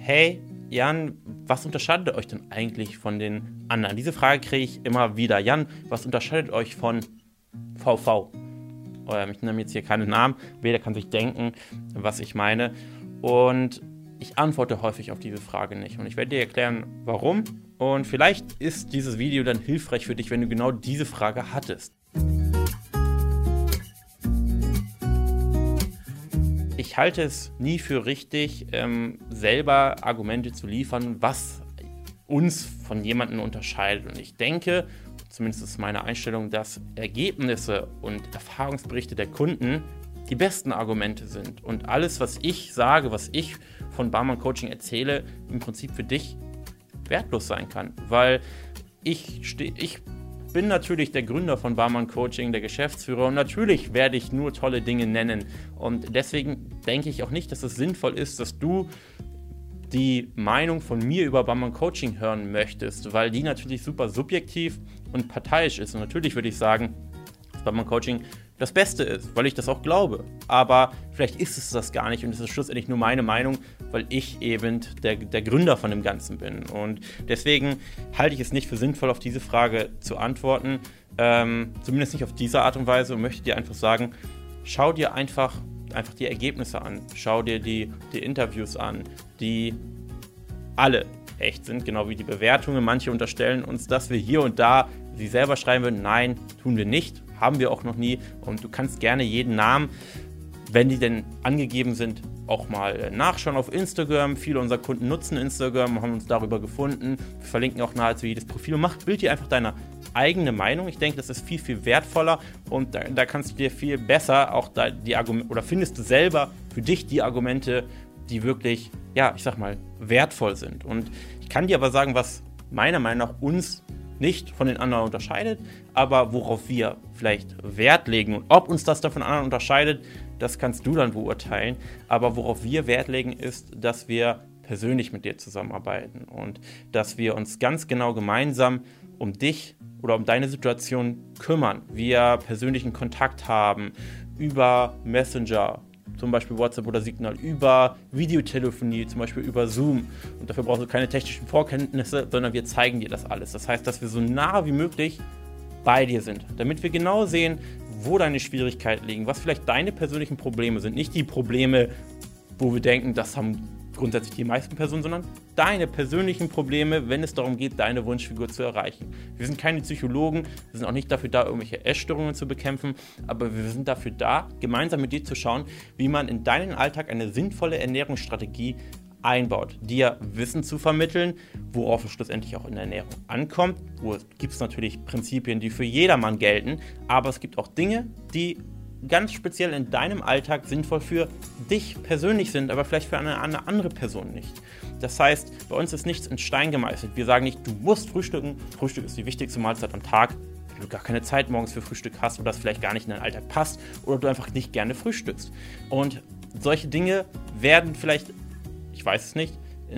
hey Jan, was unterscheidet euch denn eigentlich von den anderen? Diese Frage kriege ich immer wieder. Jan, was unterscheidet euch von VV? Ich nenne jetzt hier keine Namen, jeder kann sich denken, was ich meine. Und ich antworte häufig auf diese Frage nicht. Und ich werde dir erklären, warum. Und vielleicht ist dieses Video dann hilfreich für dich, wenn du genau diese Frage hattest. Ich halte es nie für richtig, selber Argumente zu liefern, was uns von jemandem unterscheidet. Und ich denke, zumindest ist meine Einstellung, dass Ergebnisse und Erfahrungsberichte der Kunden die besten Argumente sind. Und alles, was ich sage, was ich von Barmann Coaching erzähle, im Prinzip für dich wertlos sein kann. Weil ich bin natürlich der Gründer von Barmann Coaching, der Geschäftsführer, und natürlich werde ich nur tolle Dinge nennen. Und deswegen denke ich auch nicht, dass es sinnvoll ist, dass du die Meinung von mir über Barmann Coaching hören möchtest, weil die natürlich super subjektiv und parteiisch ist. Und natürlich würde ich sagen, dass Barmann Coaching das Beste ist, weil ich das auch glaube. Aber vielleicht ist es das gar nicht und es ist schlussendlich nur meine Meinung, weil ich eben der Gründer von dem Ganzen bin. Und deswegen halte ich es nicht für sinnvoll, auf diese Frage zu antworten. Zumindest nicht auf diese Art und Weise, und möchte dir einfach sagen, schau dir einfach die Ergebnisse an. Schau dir die Interviews an, die alle echt sind, genau wie die Bewertungen. Manche unterstellen uns, dass wir hier und da sie selber schreiben würden. Nein, tun wir nicht. Haben wir auch noch nie. Und du kannst gerne jeden Namen, wenn die denn angegeben sind, auch mal nachschauen auf Instagram. Viele unserer Kunden nutzen Instagram, haben uns darüber gefunden. Wir verlinken auch nahezu jedes Profil. Bild dir einfach deine eigene Meinung. Ich denke, das ist viel, viel wertvoller, und da kannst du dir viel besser auch die Argumente, oder findest du selber für dich die Argumente, die wirklich, ja, ich sag mal, wertvoll sind. Und ich kann dir aber sagen, was meiner Meinung nach uns nicht von den anderen unterscheidet, aber worauf wir vielleicht Wert legen, und ob uns das da von anderen unterscheidet, das kannst du dann beurteilen. Aber worauf wir Wert legen, ist, dass wir persönlich mit dir zusammenarbeiten und dass wir uns ganz genau gemeinsam um dich oder um deine Situation kümmern. Wir persönlichen Kontakt haben über Messenger, zum Beispiel WhatsApp oder Signal, über Videotelefonie, zum Beispiel über Zoom. Und dafür brauchst du keine technischen Vorkenntnisse, sondern wir zeigen dir das alles. Das heißt, dass wir so nah wie möglich bei dir sind, damit wir genau sehen, wo deine Schwierigkeiten liegen, was vielleicht deine persönlichen Probleme sind. Nicht die Probleme, wo wir denken, das haben grundsätzlich die meisten Personen, sondern deine persönlichen Probleme, wenn es darum geht, deine Wunschfigur zu erreichen. Wir sind keine Psychologen, wir sind auch nicht dafür da, irgendwelche Essstörungen zu bekämpfen, aber wir sind dafür da, gemeinsam mit dir zu schauen, wie man in deinen Alltag eine sinnvolle Ernährungsstrategie einbaut, dir Wissen zu vermitteln, worauf es schlussendlich auch in der Ernährung ankommt. Wo gibt es natürlich Prinzipien, die für jedermann gelten, aber es gibt auch Dinge, die ganz speziell in deinem Alltag sinnvoll für dich persönlich sind, aber vielleicht für eine andere Person nicht. Das heißt, bei uns ist nichts in Stein gemeißelt. Wir sagen nicht, du musst frühstücken. Frühstück ist die wichtigste Mahlzeit am Tag. Wenn du gar keine Zeit morgens für Frühstück hast oder das vielleicht gar nicht in deinen Alltag passt oder du einfach nicht gerne frühstückst. Und solche Dinge werden vielleicht, ich weiß es nicht,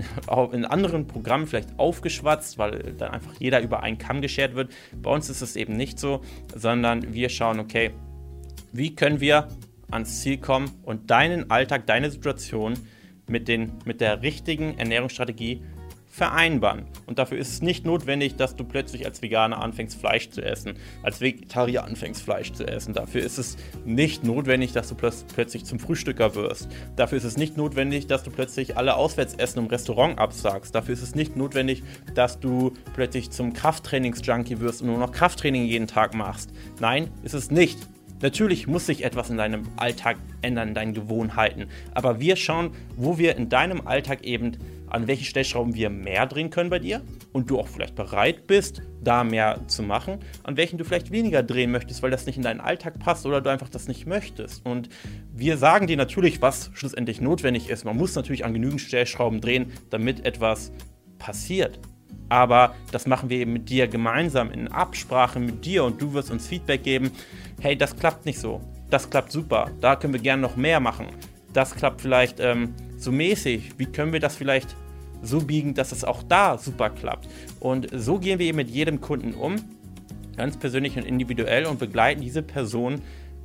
in anderen Programmen vielleicht aufgeschwatzt, weil dann einfach jeder über einen Kamm geschert wird. Bei uns ist es eben nicht so, sondern wir schauen, okay, wie können wir ans Ziel kommen und deinen Alltag, deine Situation mit der richtigen Ernährungsstrategie vereinbaren. Und dafür ist es nicht notwendig, dass du plötzlich als Veganer anfängst, Fleisch zu essen, als Vegetarier anfängst, Fleisch zu essen. Dafür ist es nicht notwendig, dass du plötzlich zum Frühstücker wirst. Dafür ist es nicht notwendig, dass du plötzlich alle Auswärtsessen im Restaurant absagst. Dafür ist es nicht notwendig, dass du plötzlich zum Krafttrainings-Junkie wirst und nur noch Krafttraining jeden Tag machst. Nein, ist es nicht. Natürlich muss sich etwas in deinem Alltag ändern, in deinen Gewohnheiten. Aber wir schauen, wo wir in deinem Alltag eben, an welchen Stellschrauben wir mehr drehen können bei dir und du auch vielleicht bereit bist, da mehr zu machen, an welchen du vielleicht weniger drehen möchtest, weil das nicht in deinen Alltag passt oder du einfach das nicht möchtest. Und wir sagen dir natürlich, was schlussendlich notwendig ist. Man muss natürlich an genügend Stellschrauben drehen, damit etwas passiert. Aber das machen wir eben mit dir gemeinsam in Absprache mit dir, und du wirst uns Feedback geben, hey, das klappt nicht so, das klappt super, da können wir gerne noch mehr machen, das klappt vielleicht so mäßig, wie können wir das vielleicht so biegen, dass es auch da super klappt. Und so gehen wir eben mit jedem Kunden um, ganz persönlich und individuell, und begleiten diese Person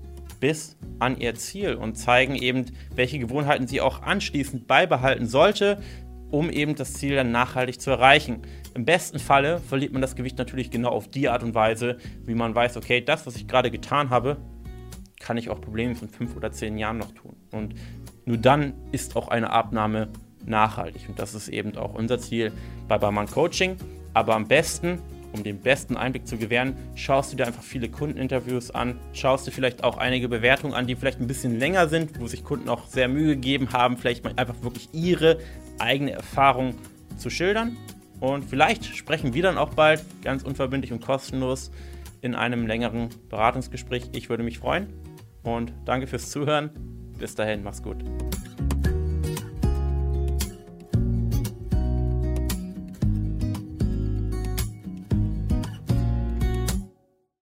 bis an ihr Ziel und zeigen eben, welche Gewohnheiten sie auch anschließend beibehalten sollte, um eben das Ziel dann nachhaltig zu erreichen. Im besten Falle verliert man das Gewicht natürlich genau auf die Art und Weise, wie man weiß, okay, das, was ich gerade getan habe, kann ich auch problemlos in 5 oder 10 Jahren noch tun. Und nur dann ist auch eine Abnahme nachhaltig. Und das ist eben auch unser Ziel bei Barmann Coaching. Aber am besten, um den besten Einblick zu gewähren, schaust du dir einfach viele Kundeninterviews an, schaust dir vielleicht auch einige Bewertungen an, die vielleicht ein bisschen länger sind, wo sich Kunden auch sehr Mühe gegeben haben, vielleicht mal einfach wirklich ihre eigene Erfahrung zu schildern. Und vielleicht sprechen wir dann auch bald ganz unverbindlich und kostenlos in einem längeren Beratungsgespräch. Ich würde mich freuen und danke fürs Zuhören. Bis dahin, mach's gut.